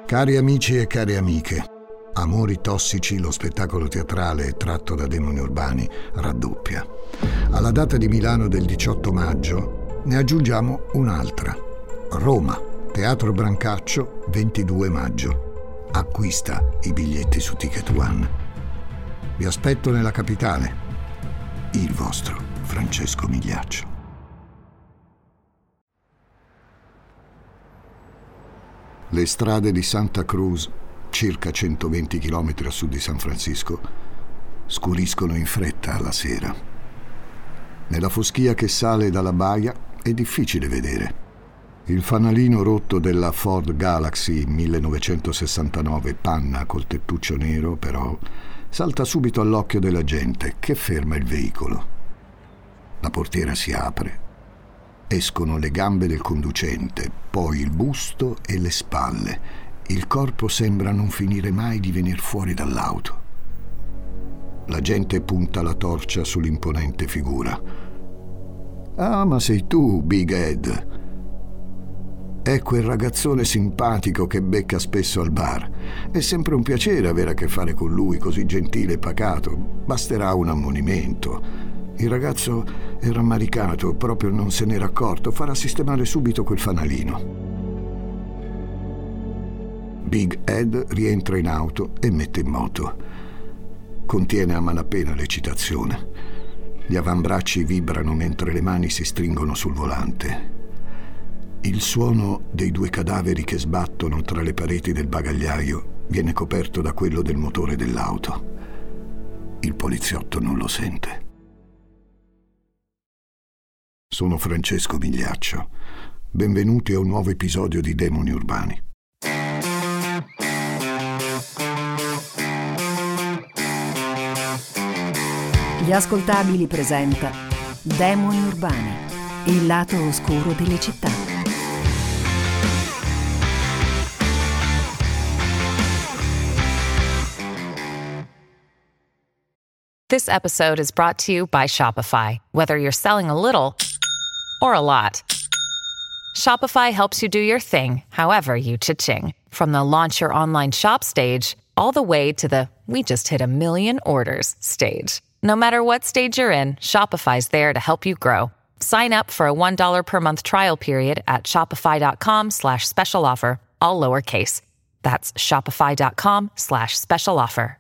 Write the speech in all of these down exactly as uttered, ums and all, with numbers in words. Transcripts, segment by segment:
Cari amici e care amiche, Amori tossici, lo spettacolo teatrale tratto da Demoni Urbani, raddoppia. Alla data di Milano del diciotto maggio ne aggiungiamo un'altra. Roma, Teatro Brancaccio, ventidue maggio. Acquista i biglietti su Ticket One. Vi aspetto nella capitale. Il vostro Francesco Migliaccio. Le strade di Santa Cruz, circa centoventi chilometri a sud di San Francisco, scuriscono in fretta alla sera. Nella foschia che sale dalla baia è difficile vedere. Il fanalino rotto della Ford Galaxy millenovecentosessantanove panna col tettuccio nero, però, salta subito all'occhio della gente che ferma il veicolo. La portiera si apre. Escono le gambe del conducente, poi il busto e le spalle. Il corpo sembra non finire mai di venir fuori dall'auto. La gente punta la torcia sull'imponente figura. «Ah, ma sei tu, Big Ed!» È quel ragazzone simpatico che becca spesso al bar. È sempre un piacere avere a che fare con lui, così gentile e pacato. Basterà un ammonimento. Il ragazzo è rammaricato, proprio non se n'era accorto. Farà sistemare subito quel fanalino. Big Ed rientra in auto e mette in moto. Contiene a malapena l'eccitazione. Gli avambracci vibrano mentre le mani si stringono sul volante. Il suono dei due cadaveri che sbattono tra le pareti del bagagliaio viene coperto da quello del motore dell'auto. Il poliziotto non lo sente. Sono Francesco Migliaccio. Benvenuti a un nuovo episodio di Demoni Urbani. Gli Ascoltabili presenta Demoni Urbani, il lato oscuro delle città. This episode is brought to you by Shopify. Whether you're selling a little or a lot, Shopify helps you do your thing, however you cha-ching. From the launch your online shop stage, all the way to the we just hit a million orders stage. No matter what stage you're in, Shopify's there to help you grow. Sign up for a one dollar per month trial period at shopify.com slash special offer, all lowercase. That's shopify.com slash special offer.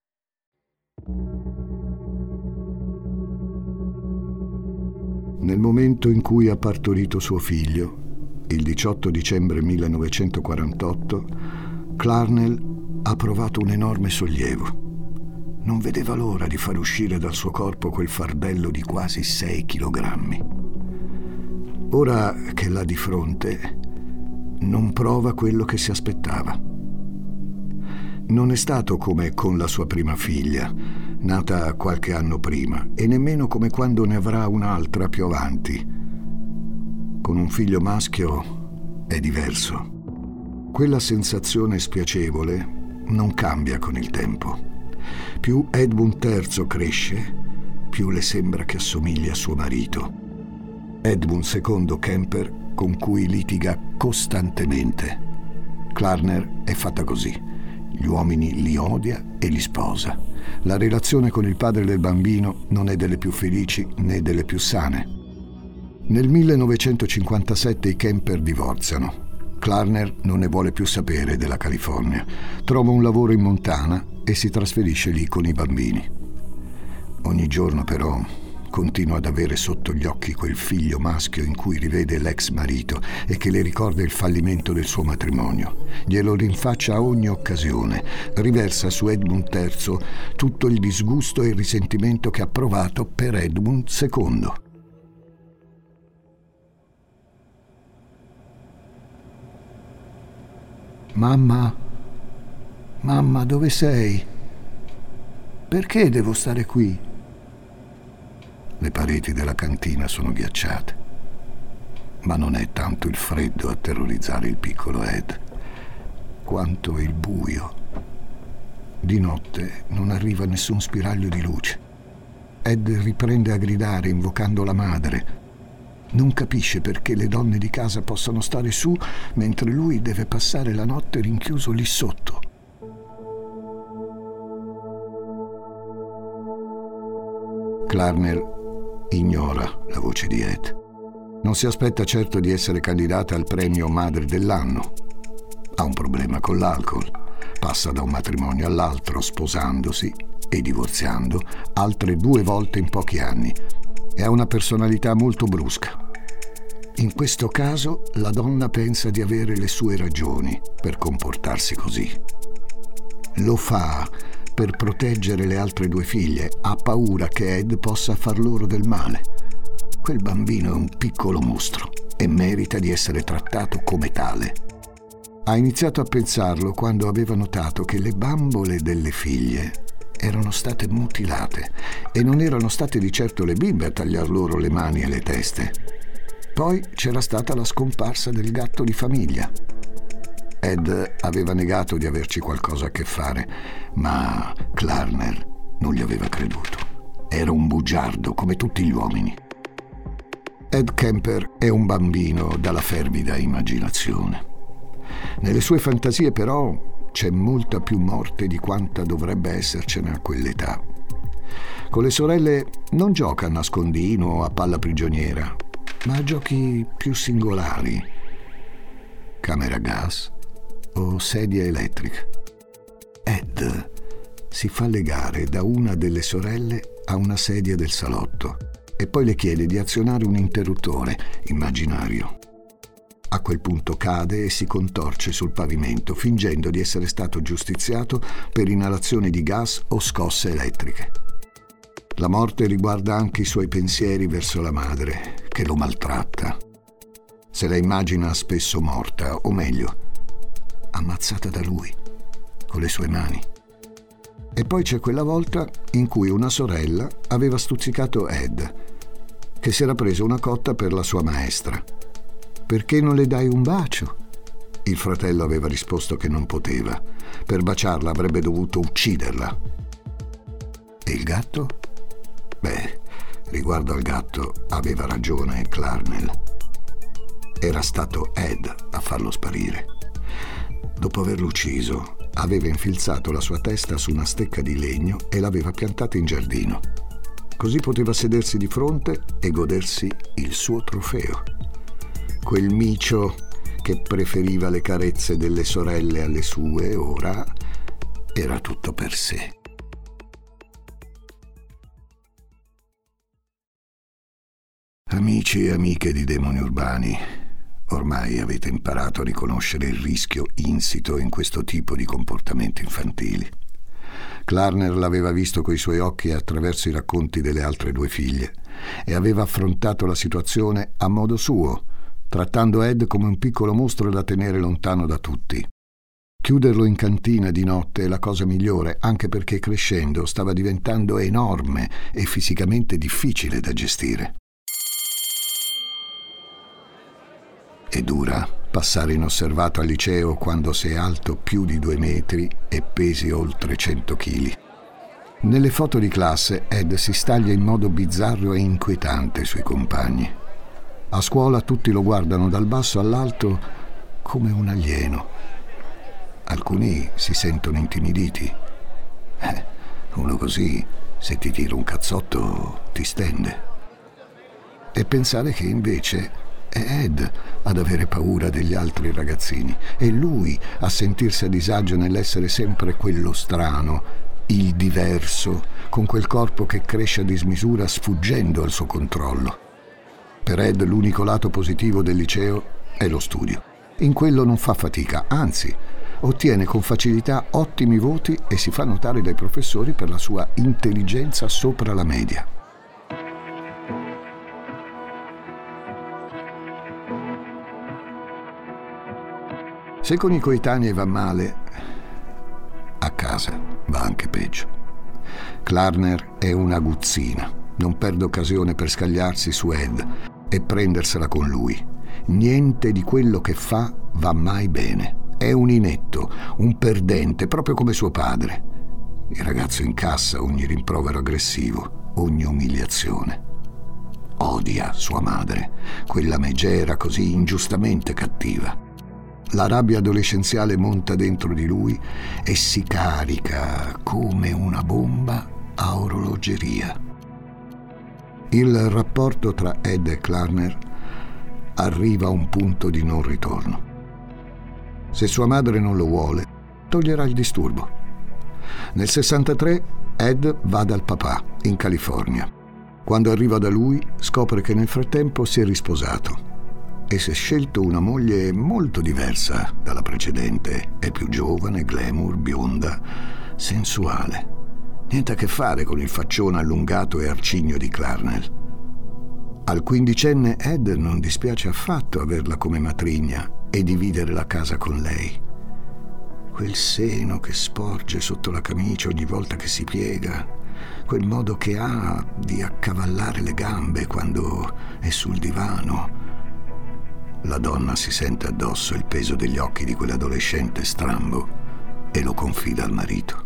Nel momento in cui ha partorito suo figlio, il diciotto dicembre millenovecentoquarantotto, Clarnell ha provato un enorme sollievo. Non vedeva l'ora di far uscire dal suo corpo quel fardello di quasi sei chilogrammi. Ora che l'ha di fronte, non prova quello che si aspettava. Non è stato come con la sua prima figlia, nata qualche anno prima, e nemmeno come quando ne avrà un'altra più avanti. Con un figlio maschio è diverso. Quella sensazione spiacevole non cambia con il tempo. Più Edmund terzo cresce, più le sembra che assomigli a suo marito. Edmund secondo Kemper, con cui litiga costantemente. Clarnell è fatta così. Gli uomini li odia e li sposa. La relazione con il padre del bambino non è delle più felici né delle più sane. Nel millenovecentocinquantasette i Kemper divorziano. Clarnell non ne vuole più sapere della California. Trova un lavoro in Montana e si trasferisce lì con i bambini. Ogni giorno però continua ad avere sotto gli occhi quel figlio maschio in cui rivede l'ex marito e che le ricorda il fallimento del suo matrimonio. Glielo rinfaccia a ogni occasione. Riversa su Edmund terzo tutto il disgusto e il risentimento che ha provato per Edmund secondo. Mamma, mamma, dove sei? Perché devo stare qui? Le pareti della cantina sono ghiacciate, ma non è tanto il freddo a terrorizzare il piccolo Ed, quanto il buio. Di notte non arriva nessun spiraglio di luce. Ed riprende a gridare invocando la madre. Non capisce perché le donne di casa possano stare su mentre lui deve passare la notte rinchiuso lì sotto. Clarnell ignora la voce di Ed. Non si aspetta certo di essere candidata al premio Madre dell'anno. Ha un problema con l'alcol. Passa da un matrimonio all'altro, sposandosi e divorziando altre due volte in pochi anni. E ha una personalità molto brusca. In questo caso la donna pensa di avere le sue ragioni per comportarsi così. Lo fa per proteggere le altre due figlie. Ha paura che Ed possa far loro del male. Quel bambino è un piccolo mostro e merita di essere trattato come tale. Ha iniziato a pensarlo quando aveva notato che le bambole delle figlie erano state mutilate e non erano state di certo le bimbe a tagliar loro le mani e le teste. Poi c'era stata la scomparsa del gatto di famiglia. Ed aveva negato di averci qualcosa a che fare, ma Clarnell non gli aveva creduto. Era un bugiardo come tutti gli uomini. Ed Kemper è un bambino dalla fervida immaginazione. Nelle sue fantasie però c'è molta più morte di quanta dovrebbe essercene a quell'età. Con le sorelle non gioca a nascondino o a palla prigioniera, ma a giochi più singolari. Camera a gas o sedia elettrica. Ed si fa legare da una delle sorelle a una sedia del salotto e poi le chiede di azionare un interruttore immaginario. A quel punto cade e si contorce sul pavimento, fingendo di essere stato giustiziato per inalazione di gas o scosse elettriche. La morte riguarda anche i suoi pensieri verso la madre, che lo maltratta. Se la immagina spesso morta, o meglio, ammazzata da lui, con le sue mani. E poi c'è quella volta in cui una sorella aveva stuzzicato Ed, che si era preso una cotta per la sua maestra. «Perché non le dai un bacio?» Il fratello aveva risposto che non poteva. Per baciarla avrebbe dovuto ucciderla. E il gatto? Beh, riguardo al gatto aveva ragione Clarnell. Era stato Ed a farlo sparire. Dopo averlo ucciso, aveva infilzato la sua testa su una stecca di legno e l'aveva piantata in giardino. Così poteva sedersi di fronte e godersi il suo trofeo. Quel micio che preferiva le carezze delle sorelle alle sue, ora era tutto per sé. Amici e amiche di Demoni Urbani, ormai avete imparato a riconoscere il rischio insito in questo tipo di comportamenti infantili. Clarnell l'aveva visto coi suoi occhi attraverso i racconti delle altre due figlie e aveva affrontato la situazione a modo suo, trattando Ed come un piccolo mostro da tenere lontano da tutti. Chiuderlo in cantina di notte è la cosa migliore, anche perché crescendo stava diventando enorme e fisicamente difficile da gestire. È dura passare inosservato al liceo quando sei alto più di due metri e pesi oltre cento chili. Nelle foto di classe Ed si staglia in modo bizzarro e inquietante sui compagni. A scuola tutti lo guardano dal basso all'alto come un alieno. Alcuni si sentono intimiditi. Eh, uno così, se ti tira un cazzotto, ti stende. E pensare che invece è Ed ad avere paura degli altri ragazzini e lui a sentirsi a disagio nell'essere sempre quello strano, il diverso, con quel corpo che cresce a dismisura sfuggendo al suo controllo. Per Ed l'unico lato positivo del liceo è lo studio. In quello non fa fatica, anzi, ottiene con facilità ottimi voti e si fa notare dai professori per la sua intelligenza sopra la media. Se con i coetanei va male, a casa va anche peggio. Clarnell è un'aguzzina, non perde occasione per scagliarsi su Ed e prendersela con lui. Niente di quello che fa va mai bene. È un inetto, un perdente, proprio come suo padre. Il ragazzo incassa ogni rimprovero aggressivo, ogni umiliazione. odia sua madre, quella megera così ingiustamente cattiva. La rabbia adolescenziale monta dentro di lui e si carica come una bomba a orologeria. Il rapporto tra Ed e Klarner arriva a un punto di non ritorno. Se sua madre non lo vuole, toglierà il disturbo. Nel sessantatré Ed va dal papà in California. Quando arriva da lui scopre che nel frattempo si è risposato e si è scelto una moglie molto diversa dalla precedente. È più giovane, glamour, bionda, sensuale. Niente a che fare con il faccione allungato e arcigno di Klarner. Al quindicenne Ed non dispiace affatto averla come matrigna e dividere la casa con lei. Quel seno che sporge sotto la camicia ogni volta che si piega, quel modo che ha di accavallare le gambe quando è sul divano. La donna si sente addosso il peso degli occhi di quell'adolescente strambo e lo confida al marito.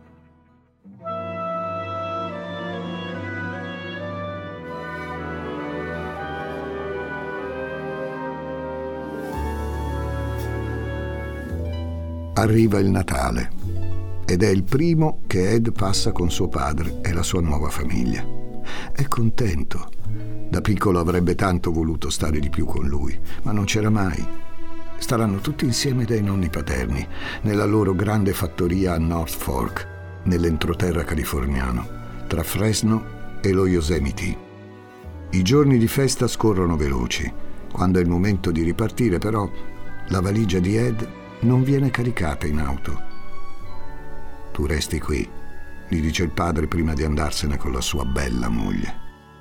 Arriva il Natale ed è il primo che Ed passa con suo padre e la sua nuova famiglia. È contento. Da piccolo avrebbe tanto voluto stare di più con lui, ma non c'era mai. Staranno tutti insieme dai nonni paterni, nella loro grande fattoria a North Fork, nell'entroterra californiano, tra Fresno e lo Yosemite. I giorni di festa scorrono veloci. Quando è il momento di ripartire, però, la valigia di Ed non viene caricata in auto. Tu resti qui, gli dice il padre prima di andarsene con la sua bella moglie.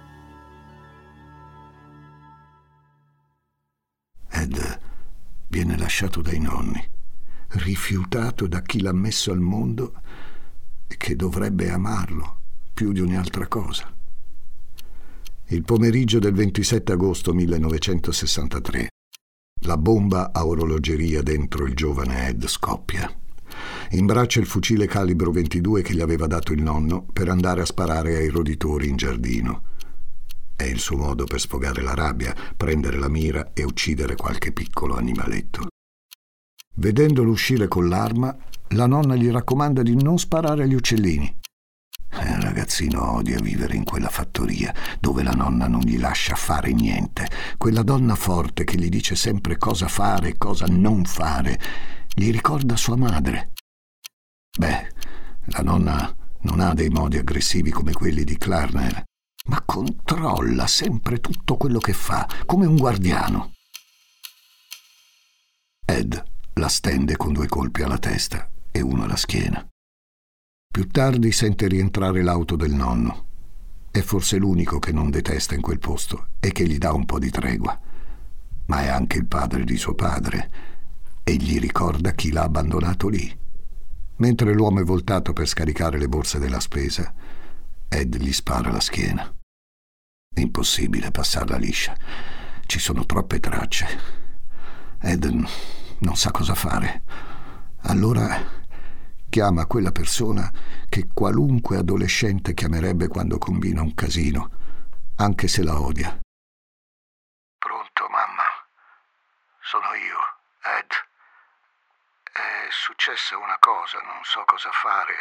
Ed viene lasciato dai nonni, rifiutato da chi l'ha messo al mondo e che dovrebbe amarlo più di ogni altra cosa. Il pomeriggio del ventisette agosto millenovecentosessantatré, la bomba a orologeria dentro il giovane Ed scoppia. Imbraccia il fucile calibro ventidue che gli aveva dato il nonno per andare a sparare ai roditori in giardino. È il suo modo per sfogare la rabbia, prendere la mira e uccidere qualche piccolo animaletto. Vedendolo uscire con l'arma, la nonna gli raccomanda di non sparare agli uccellini. Il ragazzino odia vivere in quella fattoria dove la nonna non gli lascia fare niente. Quella donna forte che gli dice sempre cosa fare e cosa non fare gli ricorda sua madre. Beh, la nonna non ha dei modi aggressivi come quelli di Klarner, ma controlla sempre tutto quello che fa, come un guardiano. Ed la stende con due colpi alla testa e uno alla schiena. Più tardi sente rientrare l'auto del nonno. È forse l'unico che non detesta in quel posto e che gli dà un po' di tregua. Ma è anche il padre di suo padre e gli ricorda chi l'ha abbandonato lì. Mentre l'uomo è voltato per scaricare le borse della spesa, Ed gli spara alla schiena. Impossibile passarla liscia. Ci sono troppe tracce. Ed non sa cosa fare. Allora chiama quella persona che qualunque adolescente chiamerebbe quando combina un casino, anche se la odia. Pronto, mamma? Sono io, Ed. È successa una cosa, non so cosa fare.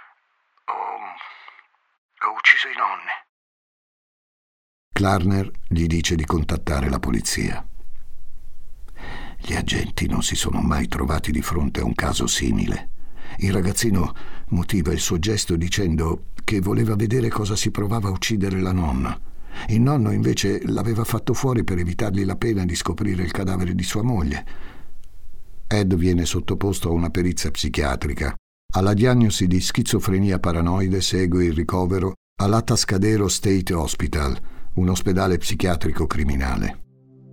Ho... ho ucciso i nonni. Klarner gli dice di contattare la polizia. Gli agenti non si sono mai trovati di fronte a un caso simile. Il ragazzino motiva il suo gesto dicendo che voleva vedere cosa si provava a uccidere la nonna. Il nonno invece l'aveva fatto fuori per evitargli la pena di scoprire il cadavere di sua moglie. Ed viene sottoposto a una perizia psichiatrica. Alla diagnosi di schizofrenia paranoide segue il ricovero all'Atascadero State Hospital, un ospedale psichiatrico criminale.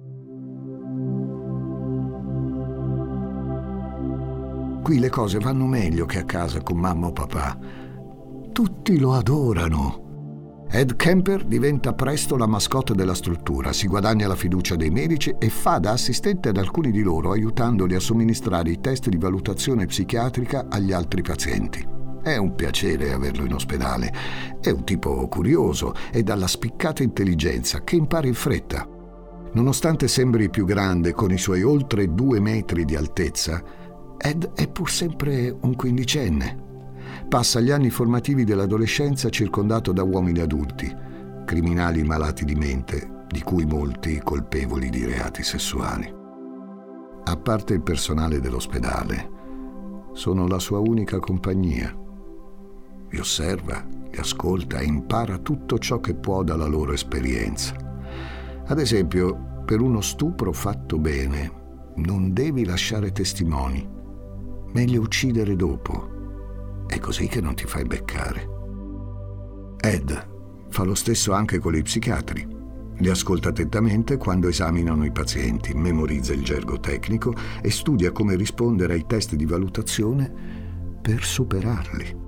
Qui le cose vanno meglio che a casa con mamma o papà. Tutti lo adorano. Ed Kemper diventa presto la mascotte della struttura, si guadagna la fiducia dei medici e fa da assistente ad alcuni di loro, aiutandoli a somministrare i test di valutazione psichiatrica agli altri pazienti. È un piacere averlo in ospedale. È un tipo curioso e dalla spiccata intelligenza che impara in fretta. Nonostante sembri più grande con i suoi oltre due metri di altezza, Ed è pur sempre un quindicenne. Passa gli anni formativi dell'adolescenza circondato da uomini adulti, criminali malati di mente, di cui molti colpevoli di reati sessuali. A parte il personale dell'ospedale, sono la sua unica compagnia. Li osserva, li ascolta e impara tutto ciò che può dalla loro esperienza. Ad esempio, per uno stupro fatto bene, non devi lasciare testimoni. Meglio uccidere dopo. È così che non ti fai beccare. Ed fa lo stesso anche con gli psichiatri. Li ascolta attentamente quando esaminano i pazienti, memorizza il gergo tecnico e studia come rispondere ai test di valutazione per superarli.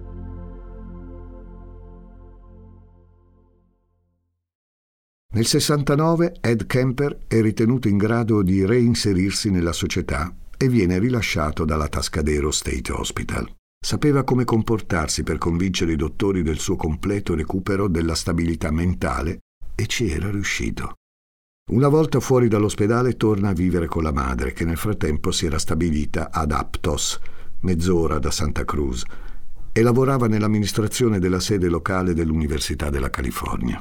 Nel sessantanove Ed Kemper è ritenuto in grado di reinserirsi nella società e viene rilasciato dalla Tascadero State Hospital. Sapeva come comportarsi per convincere i dottori del suo completo recupero della stabilità mentale e ci era riuscito. Una volta fuori dall'ospedale torna a vivere con la madre, che nel frattempo si era stabilita ad Aptos, mezz'ora da Santa Cruz, e lavorava nell'amministrazione della sede locale dell'Università della California.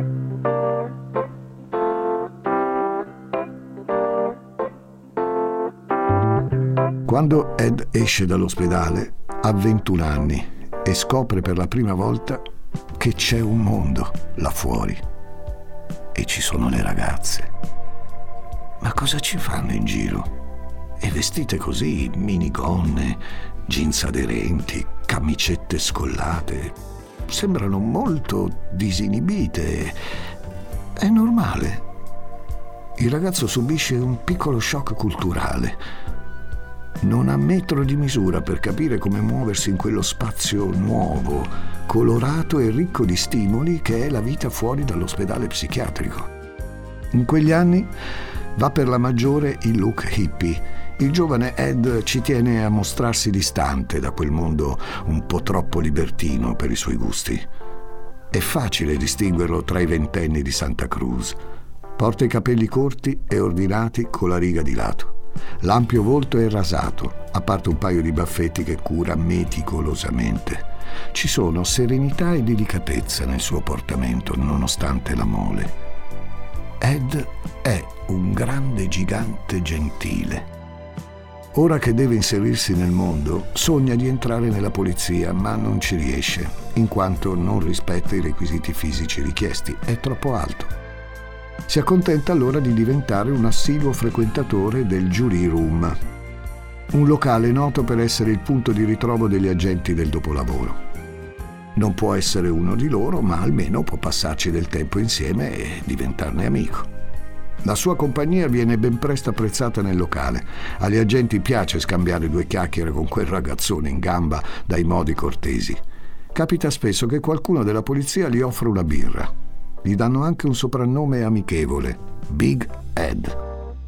Quando Ed esce dall'ospedale, ha ventuno anni e scopre per la prima volta che c'è un mondo là fuori e ci sono le ragazze. Ma cosa ci fanno in giro? E vestite così, minigonne, jeans aderenti, camicette scollate. Sembrano molto disinibite. È normale. Il ragazzo subisce un piccolo shock culturale. Non ha metro di misura per capire come muoversi in quello spazio nuovo, colorato e ricco di stimoli che è la vita fuori dall'ospedale psichiatrico. In quegli anni va per la maggiore il look hippie. Il giovane Ed ci tiene a mostrarsi distante da quel mondo un po' troppo libertino per i suoi gusti. È facile distinguerlo tra i ventenni di Santa Cruz. Porta i capelli corti e ordinati con la riga di lato. L'ampio volto è rasato, a parte un paio di baffetti che cura meticolosamente. Ci sono serenità e delicatezza nel suo portamento, nonostante la mole. Ed è un grande gigante gentile. Ora che deve inserirsi nel mondo, sogna di entrare nella polizia, ma non ci riesce, in quanto non rispetta i requisiti fisici richiesti, è troppo alto. Si accontenta allora di diventare un assiduo frequentatore del Jury Room, un locale noto per essere il punto di ritrovo degli agenti del dopolavoro. Non può essere uno di loro, ma almeno può passarci del tempo insieme e diventarne amico. La sua compagnia viene ben presto apprezzata nel locale. Agli agenti piace scambiare due chiacchiere con quel ragazzone in gamba dai modi cortesi. Capita spesso che qualcuno della polizia gli offra una birra. Gli danno anche un soprannome amichevole, Big Ed.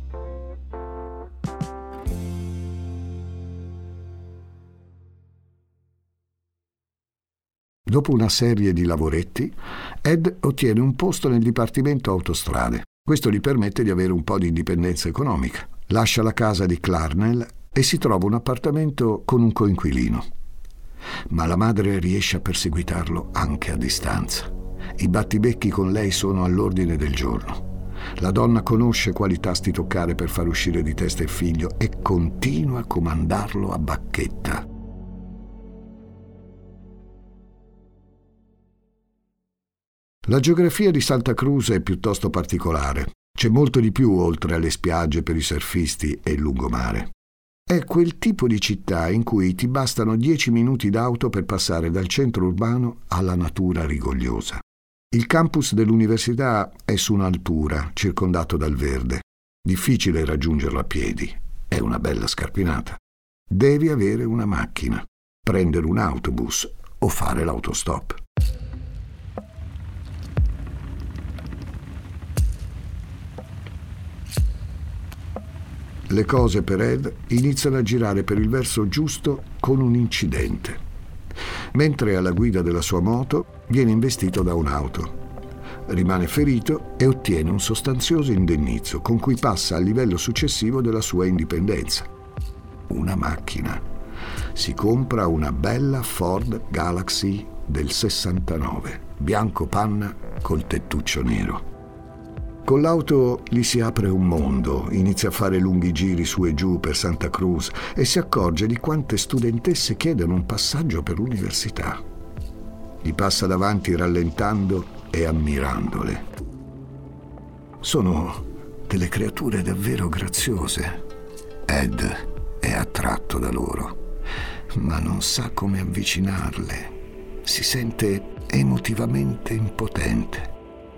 Dopo una serie di lavoretti, Ed ottiene un posto nel dipartimento autostrade. Questo gli permette di avere un po' di indipendenza economica. Lascia la casa di Clarnell e si trova un appartamento con un coinquilino. Ma la madre riesce a perseguitarlo anche a distanza. I battibecchi con lei sono all'ordine del giorno. La donna conosce quali tasti toccare per far uscire di testa il figlio e continua a comandarlo a bacchetta. La geografia di Santa Cruz è piuttosto particolare. C'è molto di più oltre alle spiagge per i surfisti e il lungomare. È quel tipo di città in cui ti bastano dieci minuti d'auto per passare dal centro urbano alla natura rigogliosa. Il campus dell'università è su un'altura, circondato dal verde. Difficile raggiungerlo a piedi. È una bella scarpinata. Devi avere una macchina, prendere un autobus o fare l'autostop. Le cose per Ed iniziano a girare per il verso giusto con un incidente. Mentre alla guida della sua moto viene investito da un'auto. Rimane ferito e ottiene un sostanzioso indennizzo con cui passa al livello successivo della sua indipendenza. Una macchina. Si compra una bella Ford Galaxy del sessantanove, bianco panna col tettuccio nero. Con l'auto gli si apre un mondo, inizia a fare lunghi giri su e giù per Santa Cruz e si accorge di quante studentesse chiedono un passaggio per l'università. Gli passa davanti rallentando e ammirandole. Sono delle creature davvero graziose. Ed è attratto da loro, ma non sa come avvicinarle. Si sente emotivamente impotente.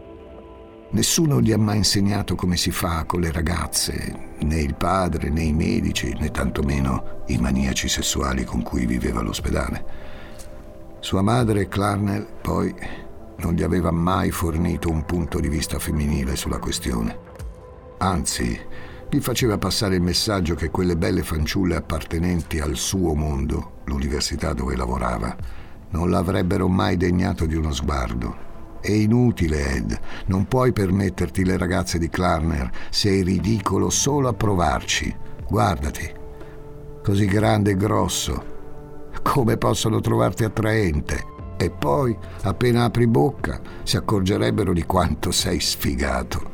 Nessuno gli ha mai insegnato come si fa con le ragazze, né il padre, né i medici, né tantomeno i maniaci sessuali con cui viveva all'ospedale. Sua madre, Clarnell, poi non gli aveva mai fornito un punto di vista femminile sulla questione. Anzi, gli faceva passare il messaggio che quelle belle fanciulle appartenenti al suo mondo, l'università dove lavorava, non l'avrebbero mai degnato di uno sguardo. È inutile, Ed. Non puoi permetterti le ragazze di Clarnell. Sei ridicolo solo a provarci. Guardati. Così grande e grosso. Come possono trovarti attraente? E poi, appena apri bocca, si accorgerebbero di quanto sei sfigato.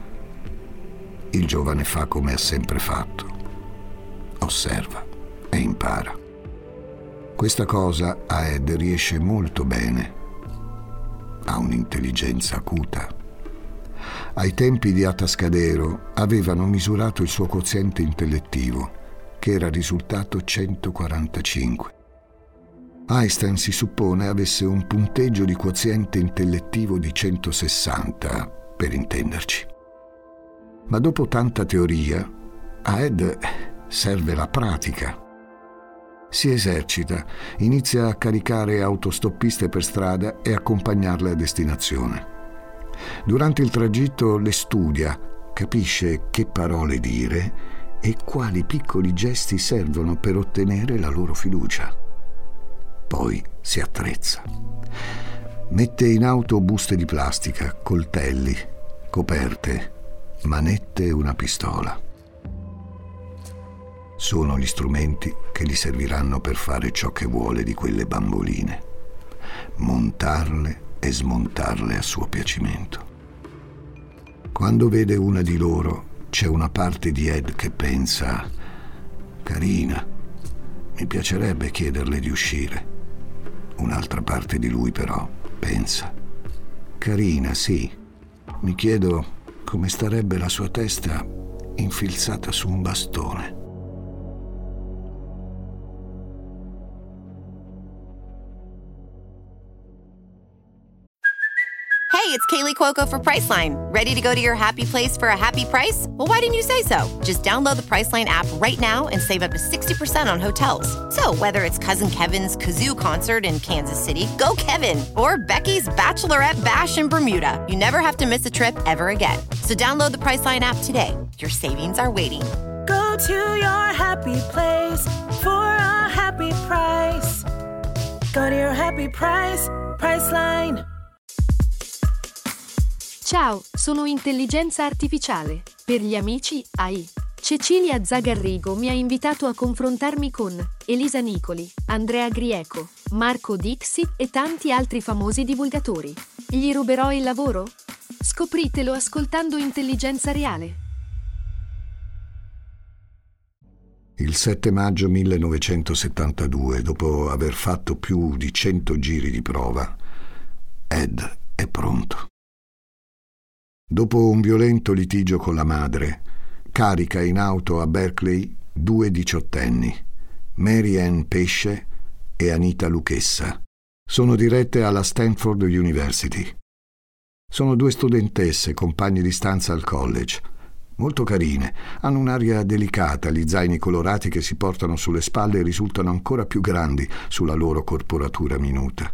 Il giovane fa come ha sempre fatto. Osserva e impara. Questa cosa a Ed riesce molto bene. Ha un'intelligenza acuta. Ai tempi di Atascadero avevano misurato il suo quoziente intellettivo, che era risultato centoquarantacinque. Einstein si suppone avesse un punteggio di quoziente intellettivo di centosessanta, per intenderci. Ma dopo tanta teoria, a Ed serve la pratica. Si esercita, inizia a caricare autostoppiste per strada e accompagnarle a destinazione. Durante il tragitto le studia, capisce che parole dire e quali piccoli gesti servono per ottenere la loro fiducia. Poi si attrezza. Mette in auto buste di plastica, coltelli, coperte, manette e una pistola. Sono gli strumenti che gli serviranno per fare ciò che vuole di quelle bamboline, montarle e smontarle a suo piacimento. Quando vede una di loro, c'è una parte di Ed che pensa: carina, mi piacerebbe chiederle di uscire. Un'altra parte di lui però pensa: carina, sì, mi chiedo come starebbe la sua testa infilzata su un bastone. Hey, it's Kaylee Cuoco for Priceline. Ready to go to your happy place for a happy price? Well, why didn't you say so? Just download the Priceline app right now and save up to sixty percent on hotels. So whether it's Cousin Kevin's Kazoo Concert in Kansas City, go Kevin, or Becky's Bachelorette Bash in Bermuda, you never have to miss a trip ever again. So download the Priceline app today. Your savings are waiting. Go to your happy place for a happy price. Go to your happy price, Priceline. Ciao, sono Intelligenza Artificiale. Per gli amici A I. Cecilia Zagarrigo mi ha invitato a confrontarmi con Elisa Nicoli, Andrea Grieco, Marco Dixit e tanti altri famosi divulgatori. Gli ruberò il lavoro? Scopritelo ascoltando Intelligenza Reale. Il sette maggio millenovecentosettantadue, dopo aver fatto più di cento giri di prova, Ed è pronto. Dopo un violento litigio con la madre, carica in auto a Berkeley due diciottenni, Mary Ann Pesce e Anita Luchessa. Sono dirette alla Stanford University. Sono due studentesse, compagne di stanza al college. Molto carine, hanno un'aria delicata, gli zaini colorati che si portano sulle spalle risultano ancora più grandi sulla loro corporatura minuta.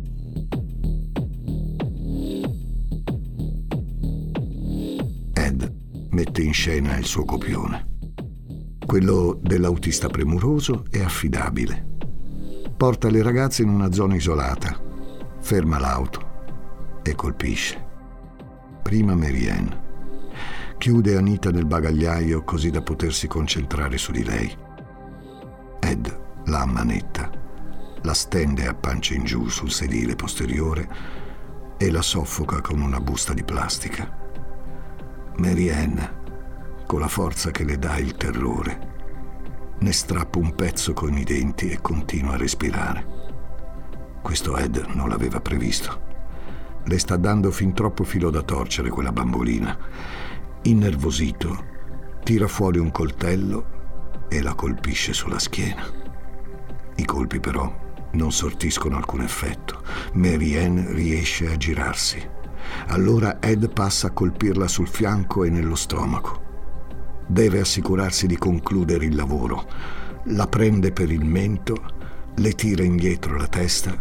Ed mette in scena il suo copione, quello dell'autista premuroso e affidabile. Porta le ragazze in una zona isolata, ferma l'auto e colpisce. Prima Mary Ann. Chiude Anita nel bagagliaio così da potersi concentrare su di lei. Ed la ammanetta, la stende a pancia in giù sul sedile posteriore e la soffoca con una busta di plastica. Mary Ann, con la forza che le dà il terrore, ne strappa un pezzo con i denti e continua a respirare. Questo Ed non l'aveva previsto. Le sta dando fin troppo filo da torcere quella bambolina. Innervosito, tira fuori un coltello e la colpisce sulla schiena. I colpi però non sortiscono alcun effetto. Mary Ann riesce a girarsi. Allora Ed passa a colpirla sul fianco e nello stomaco. Deve assicurarsi di concludere il lavoro. La prende per il mento, le tira indietro la testa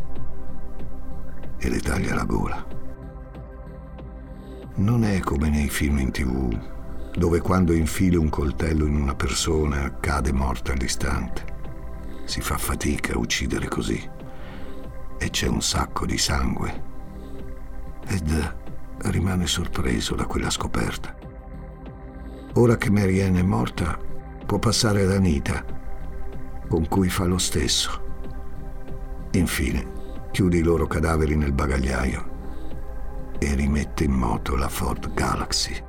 e le taglia la gola. Non è come nei film in tivù, dove quando infili un coltello in una persona cade morta all'istante. Si fa fatica a uccidere così e c'è un sacco di sangue. Ed rimane sorpreso da quella scoperta. Ora che Mary Ann è morta, può passare ad Anita, con cui fa lo stesso. Infine, chiude i loro cadaveri nel bagagliaio e rimette in moto la Ford Galaxy.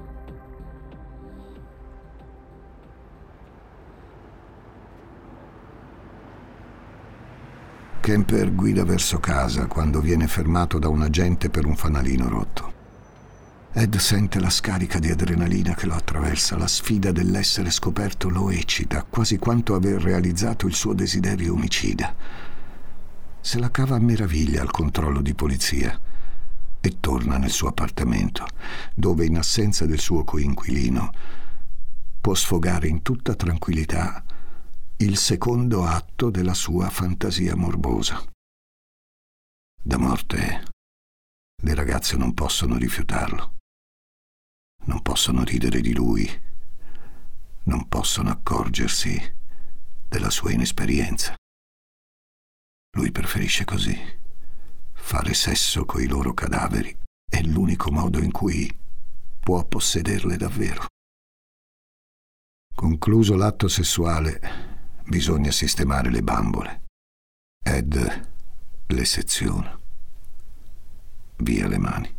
Kemper guida verso casa quando viene fermato da un agente per un fanalino rotto. Ed sente la scarica di adrenalina che lo attraversa. La sfida dell'essere scoperto lo eccita, quasi quanto aver realizzato il suo desiderio omicida. Se la cava a meraviglia al controllo di polizia e torna nel suo appartamento, dove in assenza del suo coinquilino può sfogare in tutta tranquillità il secondo atto della sua fantasia morbosa. Da morte le ragazze non possono rifiutarlo. Non possono ridere di lui, non possono accorgersi della sua inesperienza. Lui preferisce così. Fare sesso coi loro cadaveri è l'unico modo in cui può possederle davvero. Concluso l'atto sessuale, bisogna sistemare le bambole. Ed le seziona. Via le mani.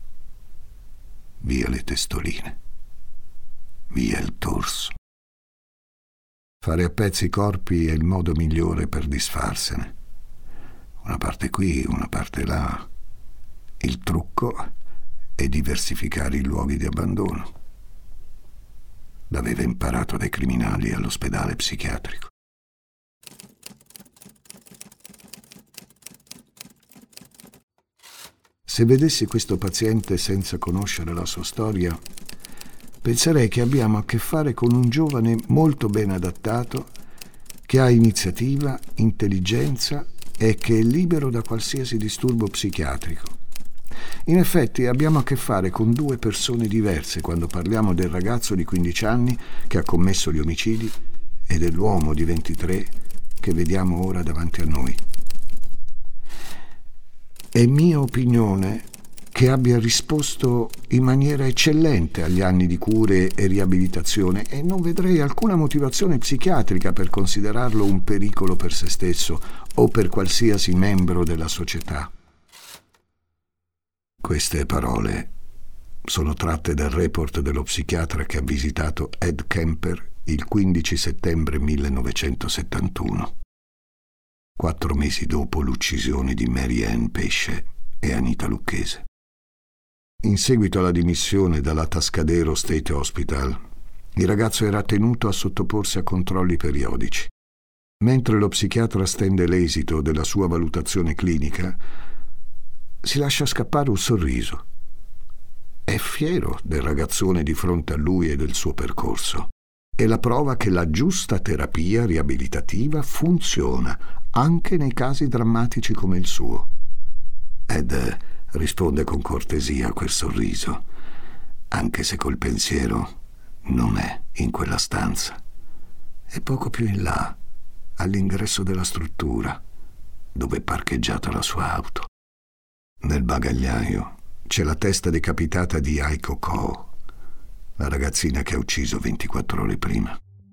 Via le testoline, via il torso. Fare a pezzi i corpi è il modo migliore per disfarsene. Una parte qui, una parte là. Il trucco è diversificare i luoghi di abbandono. L'aveva imparato dai criminali all'ospedale psichiatrico. Se vedessi questo paziente senza conoscere la sua storia, penserei che abbiamo a che fare con un giovane molto ben adattato, che ha iniziativa, intelligenza e che è libero da qualsiasi disturbo psichiatrico. In effetti abbiamo a che fare con due persone diverse quando parliamo del ragazzo di quindici anni che ha commesso gli omicidi e dell'uomo di ventitré che vediamo ora davanti a noi. È mia opinione che abbia risposto in maniera eccellente agli anni di cure e riabilitazione e non vedrei alcuna motivazione psichiatrica per considerarlo un pericolo per se stesso o per qualsiasi membro della società. Queste parole sono tratte dal report dello psichiatra che ha visitato Ed Kemper il quindici settembre millenovecentosettantuno. Quattro mesi dopo l'uccisione di Mary Ann Pesce e Anita Lucchese. In seguito alla dimissione dalla Tascadero State Hospital, il ragazzo era tenuto a sottoporsi a controlli periodici. Mentre lo psichiatra stende l'esito della sua valutazione clinica, si lascia scappare un sorriso. È fiero del ragazzone di fronte a lui e del suo percorso. È la prova che la giusta terapia riabilitativa funziona anche nei casi drammatici come il suo. Ed risponde con cortesia a quel sorriso, anche se col pensiero non è in quella stanza. È poco più in là, all'ingresso della struttura, dove è parcheggiata la sua auto. Nel bagagliaio c'è la testa decapitata di Aiko Koo, la ragazzina che ha ucciso ventiquattro ore prima.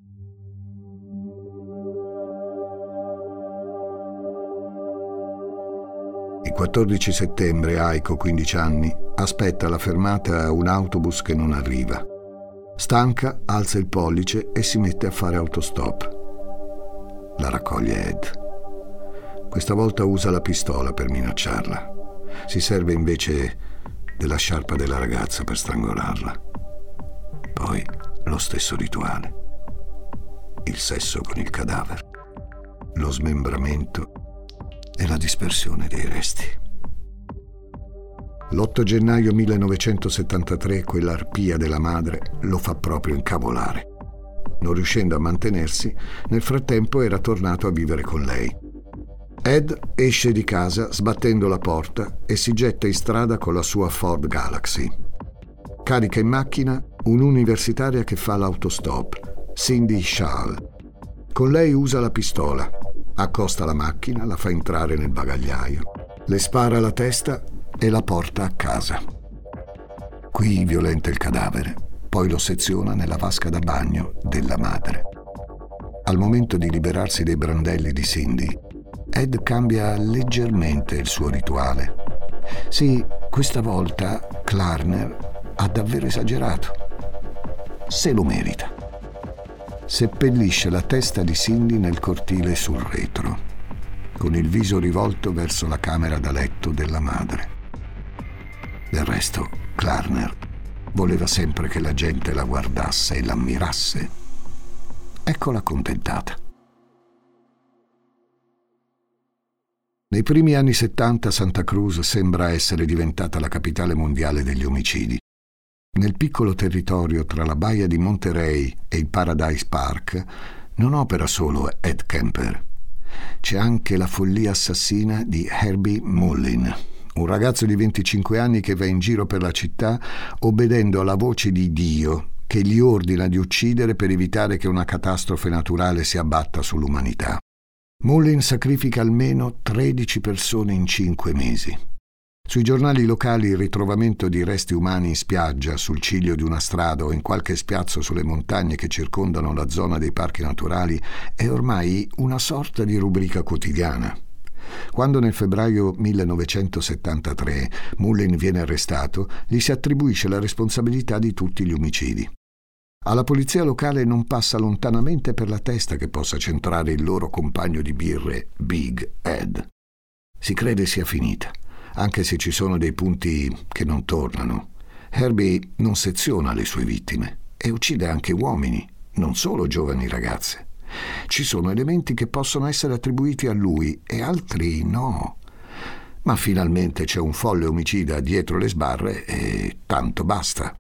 Il quattordici settembre Aiko, quindici anni, aspetta alla fermata un autobus che non arriva. Stanca, alza il pollice e si mette a fare autostop. La raccoglie Ed. Questa volta usa la pistola per minacciarla. Si serve invece della sciarpa della ragazza per strangolarla. Poi lo stesso rituale. Il sesso con il cadavere, lo smembramento e la dispersione dei resti. L'otto gennaio millenovecentosettantatré quell'arpia della madre lo fa proprio incavolare. Non riuscendo a mantenersi, nel frattempo era tornato a vivere con lei. Ed esce di casa sbattendo la porta e si getta in strada con la sua Ford Galaxy. Carica in macchina un'universitaria che fa l'autostop, Cindy Schall. Con lei usa la pistola, accosta la macchina, la fa entrare nel bagagliaio, le spara alla testa e la porta a casa. Qui violenta il cadavere, poi lo seziona nella vasca da bagno della madre. Al momento di liberarsi dei brandelli di Cindy, Ed cambia leggermente il suo rituale. Sì, questa volta Klarner ha davvero esagerato. Se lo merita. Seppellisce la testa di Cindy nel cortile sul retro, con il viso rivolto verso la camera da letto della madre. Del resto, Klarner voleva sempre che la gente la guardasse e l'ammirasse. Eccola accontentata. Nei primi anni settanta Santa Cruz sembra essere diventata la capitale mondiale degli omicidi. Nel piccolo territorio tra la baia di Monterey e il Paradise Park non opera solo Ed Kemper. C'è anche la follia assassina di Herbie Mullin, un ragazzo di venticinque anni che va in giro per la città obbedendo alla voce di Dio che gli ordina di uccidere per evitare che una catastrofe naturale si abbatta sull'umanità. Mullin sacrifica almeno tredici persone in cinque mesi. Sui giornali locali il ritrovamento di resti umani in spiaggia, sul ciglio di una strada o in qualche spiazzo sulle montagne che circondano la zona dei parchi naturali è ormai una sorta di rubrica quotidiana. Quando nel febbraio millenovecentosettantatré Mullin viene arrestato, gli si attribuisce la responsabilità di tutti gli omicidi. Alla polizia locale non passa lontanamente per la testa che possa centrare il loro compagno di birre, Big Ed. Si crede sia finita, anche se ci sono dei punti che non tornano. Herbie non seziona le sue vittime e uccide anche uomini, non solo giovani ragazze. Ci sono elementi che possono essere attribuiti a lui e altri no. Ma finalmente c'è un folle omicida dietro le sbarre e tanto basta.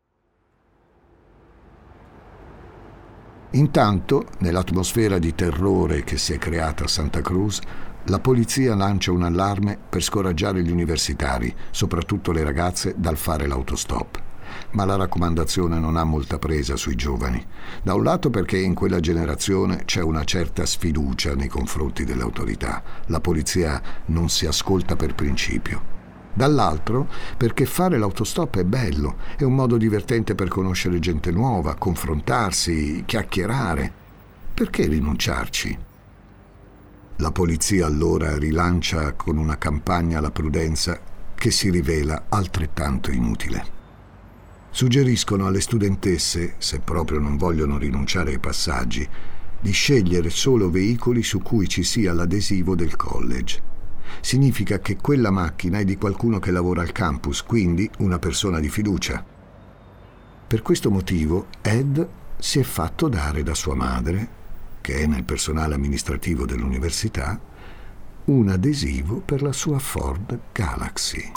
Intanto, nell'atmosfera di terrore che si è creata a Santa Cruz, la polizia lancia un allarme per scoraggiare gli universitari, soprattutto le ragazze, dal fare l'autostop. Ma la raccomandazione non ha molta presa sui giovani. Da un lato perché in quella generazione c'è una certa sfiducia nei confronti delle autorità. La polizia non si ascolta per principio. Dall'altro perché fare l'autostop è bello, è un modo divertente per conoscere gente nuova, confrontarsi, chiacchierare. Perché rinunciarci? La polizia allora rilancia con una campagna alla prudenza che si rivela altrettanto inutile. Suggeriscono alle studentesse, se proprio non vogliono rinunciare ai passaggi, di scegliere solo veicoli su cui ci sia l'adesivo del college. Significa che quella macchina è di qualcuno che lavora al campus, quindi una persona di fiducia. Per questo motivo Ed si è fatto dare da sua madre, che è nel personale amministrativo dell'università, un adesivo per la sua Ford Galaxy.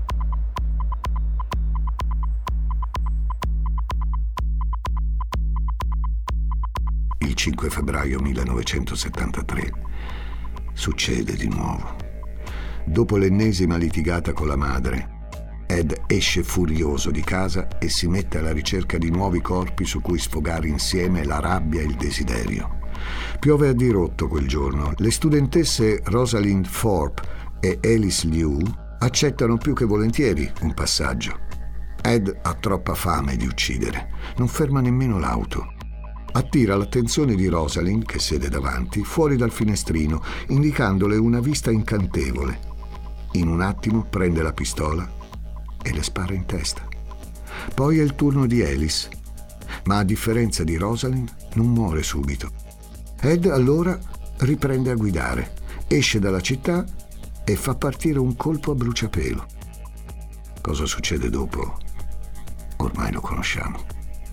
Il cinque febbraio millenovecentosettantatré succede di nuovo. Dopo l'ennesima litigata con la madre, Ed esce furioso di casa e si mette alla ricerca di nuovi corpi su cui sfogare insieme la rabbia e il desiderio. Piove a dirotto quel giorno. Le studentesse Rosalind Thorpe e Alice Liu accettano più che volentieri un passaggio. Ed ha troppa fame di uccidere. Non ferma nemmeno l'auto. Attira l'attenzione di Rosalind, che siede davanti, fuori dal finestrino, indicandole una vista incantevole. In un attimo prende la pistola e le spara in testa. Poi è il turno di Alice, ma a differenza di Rosalind non muore subito. Ed allora riprende a guidare, esce dalla città e fa partire un colpo a bruciapelo. Cosa succede dopo? Ormai lo conosciamo.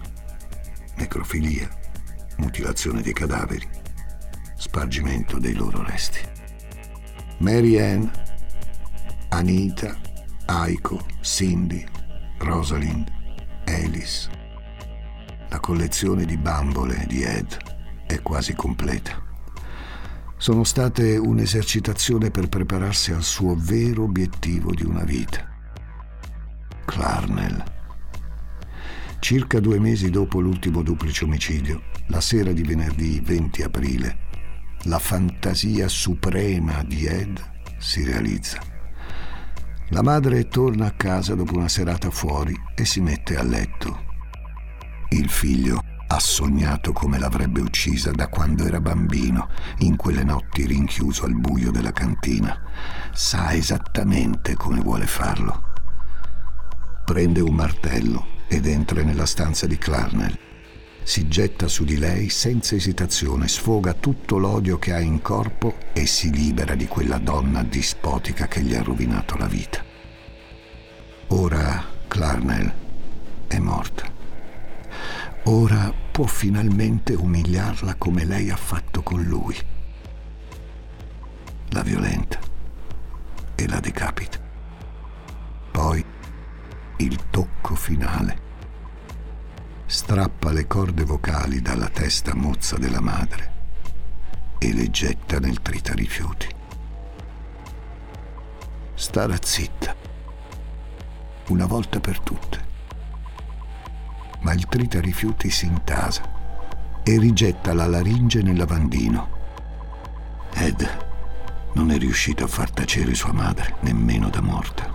Necrofilia, mutilazione dei cadaveri, spargimento dei loro resti. Mary Ann, Anita, Aiko, Cindy, Rosalind, Alice. La collezione di bambole di Ed è quasi completa. Sono state un'esercitazione per prepararsi al suo vero obiettivo di una vita. Clarnell. Circa due mesi dopo l'ultimo duplice omicidio, la sera di venerdì venti aprile, la fantasia suprema di Ed si realizza. La madre torna a casa dopo una serata fuori e si mette a letto. Il figlio ha sognato come l'avrebbe uccisa da quando era bambino, in quelle notti rinchiuso al buio della cantina. Sa esattamente come vuole farlo. Prende un martello ed entra nella stanza di Clarnell. Si getta su di lei senza esitazione, sfoga tutto l'odio che ha in corpo e si libera di quella donna dispotica che gli ha rovinato la vita. Ora Clarnell è morta. Ora può finalmente umiliarla come lei ha fatto con lui. La violenta e la decapita. Poi il tocco finale. Strappa le corde vocali dalla testa mozza della madre e le getta nel tritarifiuti. Starà zitta, una volta per tutte. Ma il tritarifiuti si intasa e rigetta la laringe nel lavandino. Ed non è riuscito a far tacere sua madre, nemmeno da morta.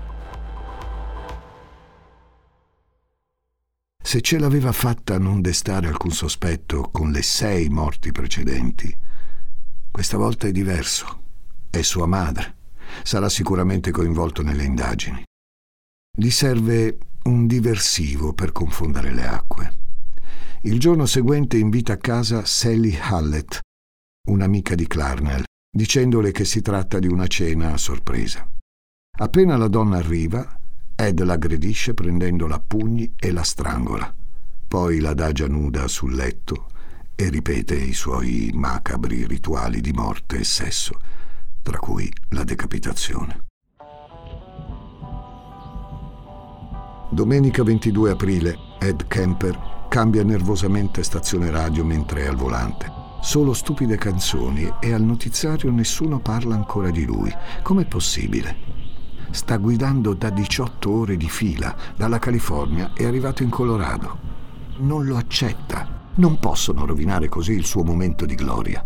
Se ce l'aveva fatta a non destare alcun sospetto con le sei morti precedenti, questa volta è diverso. È sua madre. Sarà sicuramente coinvolto nelle indagini. Gli serve un diversivo per confondere le acque. Il giorno seguente invita a casa Sally Hallett, un'amica di Clarnell, dicendole che si tratta di una cena a sorpresa. Appena la donna arriva, Ed l'aggredisce prendendola a pugni e la strangola. Poi l'adagia nuda sul letto e ripete i suoi macabri rituali di morte e sesso, tra cui la decapitazione. Domenica ventidue aprile, Ed Kemper cambia nervosamente stazione radio mentre è al volante. Solo stupide canzoni e al notiziario nessuno parla ancora di lui. Com'è possibile? Sta guidando da diciotto ore di fila, dalla California è arrivato in Colorado. Non lo accetta. Non possono rovinare così il suo momento di gloria.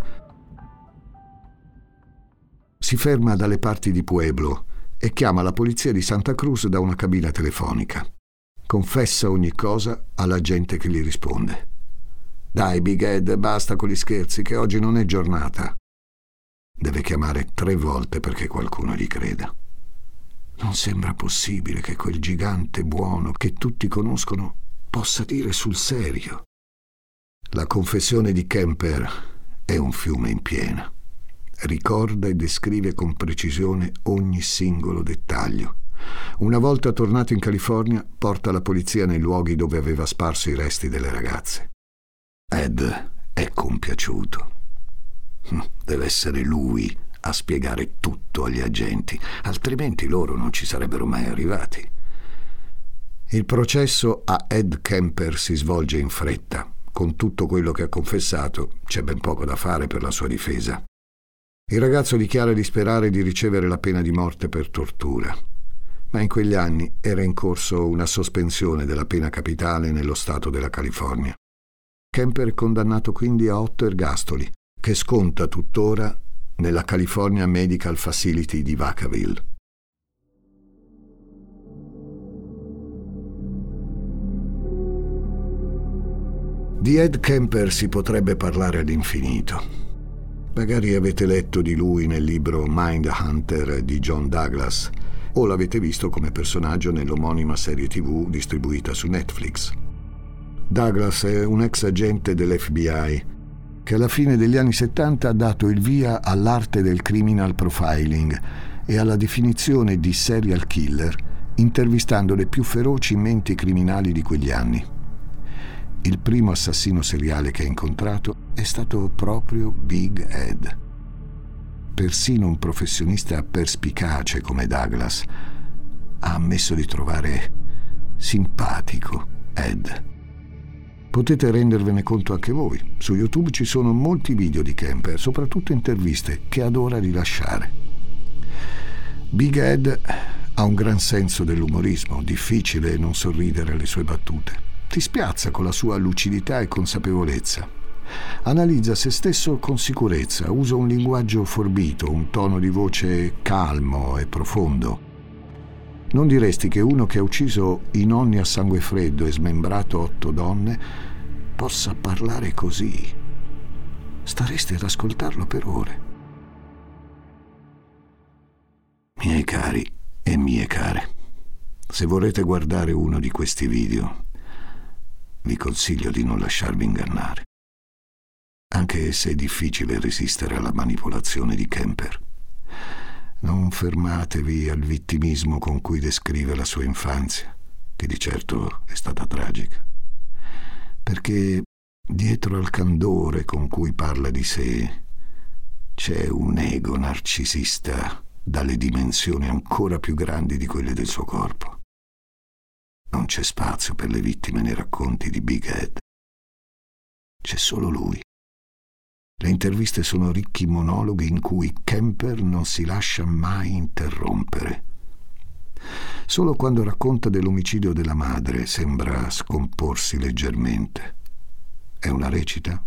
Si ferma dalle parti di Pueblo e chiama la polizia di Santa Cruz da una cabina telefonica. Confessa ogni cosa alla gente che gli risponde. Dai, Big Ed, basta con gli scherzi, che oggi non è giornata. Deve chiamare tre volte perché qualcuno gli creda. Non sembra possibile che quel gigante buono che tutti conoscono possa dire sul serio. La confessione di Kemper è un fiume in piena. Ricorda e descrive con precisione ogni singolo dettaglio. Una volta tornato in California, porta la polizia nei luoghi dove aveva sparso i resti delle ragazze. Ed è compiaciuto. Deve essere lui a spiegare tutto agli agenti, altrimenti loro non ci sarebbero mai arrivati. Il processo a Ed Kemper si svolge in fretta. Con tutto quello che ha confessato, c'è ben poco da fare per la sua difesa. Il ragazzo dichiara di sperare di ricevere la pena di morte per tortura. Ma in quegli anni era in corso una sospensione della pena capitale nello stato della California. Kemper è condannato quindi a otto ergastoli, che sconta tuttora nella California Medical Facility di Vacaville. Di Ed Kemper si potrebbe parlare all'infinito. Magari avete letto di lui nel libro Mindhunter di John Douglas o l'avete visto come personaggio nell'omonima serie tivù distribuita su Netflix. Douglas è un ex agente dell'F B I che alla fine degli anni settanta ha dato il via all'arte del criminal profiling e alla definizione di serial killer, intervistando le più feroci menti criminali di quegli anni. Il primo assassino seriale che ha incontrato è stato proprio Big Ed. Persino un professionista perspicace come Douglas ha ammesso di trovare simpatico Ed. Potete rendervene conto anche voi. Su YouTube ci sono molti video di Kemper, soprattutto interviste, che adora rilasciare. Big Ed ha un gran senso dell'umorismo, difficile non sorridere alle sue battute. Ti spiazza con la sua lucidità e consapevolezza. Analizza se stesso con sicurezza, usa un linguaggio forbito, un tono di voce calmo e profondo. Non diresti che uno che ha ucciso i nonni a sangue freddo e smembrato otto donne possa parlare così. Staresti ad ascoltarlo per ore. Miei cari e mie care, se vorrete guardare uno di questi video, vi consiglio di non lasciarvi ingannare, anche se è difficile resistere alla manipolazione di Kemper. Non fermatevi al vittimismo con cui descrive la sua infanzia, che di certo è stata tragica, perché dietro al candore con cui parla di sé c'è un ego narcisista dalle dimensioni ancora più grandi di quelle del suo corpo. Non c'è spazio per le vittime nei racconti di Big Ed. C'è solo lui. Le interviste sono ricchi monologhi in cui Kemper non si lascia mai interrompere. Solo quando racconta dell'omicidio della madre sembra scomporsi leggermente. È una recita?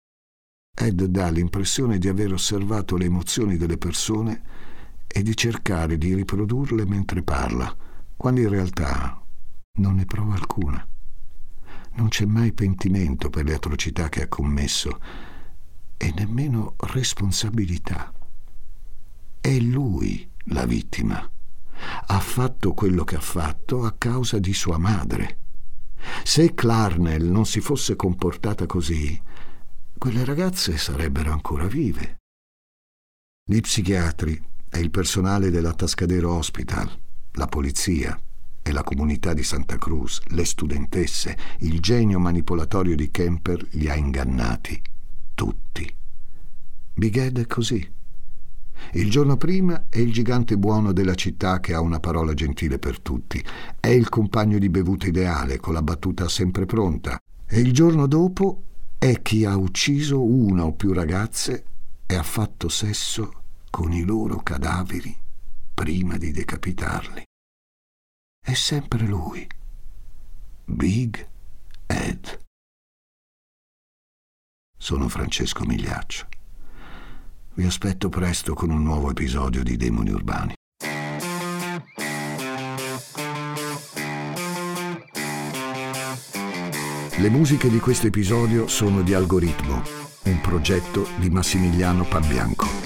Ed dà l'impressione di aver osservato le emozioni delle persone e di cercare di riprodurle mentre parla, quando in realtà non ne prova alcuna. Non c'è mai pentimento per le atrocità che ha commesso e nemmeno responsabilità. È lui la vittima. Ha fatto quello che ha fatto a causa di sua madre. Se Clarnell non si fosse comportata così, quelle ragazze sarebbero ancora vive. Gli psichiatri e il personale dell'Atascadero Hospital, la polizia e la comunità di Santa Cruz, le studentesse, il genio manipolatorio di Kemper li ha ingannati tutti. Big Ed è così. Il giorno prima è il gigante buono della città che ha una parola gentile per tutti, è il compagno di bevuta ideale con la battuta sempre pronta, e il giorno dopo è chi ha ucciso una o più ragazze e ha fatto sesso con i loro cadaveri prima di decapitarli. È sempre lui, Big Ed. Sono Francesco Migliaccio. Vi aspetto presto con un nuovo episodio di Demoni Urbani. Le musiche di questo episodio sono di Algoritmo, un progetto di Massimiliano Pabianco.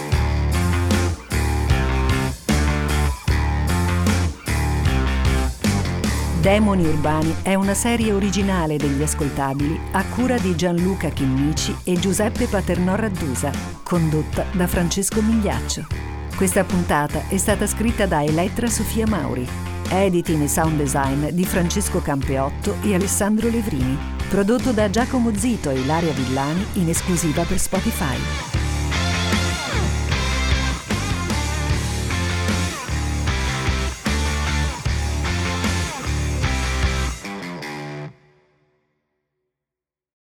Demoni Urbani è una serie originale degli Ascoltabili a cura di Gianluca Chinnici e Giuseppe Paternò Raddusa, condotta da Francesco Migliaccio. Questa puntata è stata scritta da Elettra Sofia Mauri, editing e sound design di Francesco Campeotto e Alessandro Levrini, prodotto da Giacomo Zito e Ilaria Villani in esclusiva per Spotify.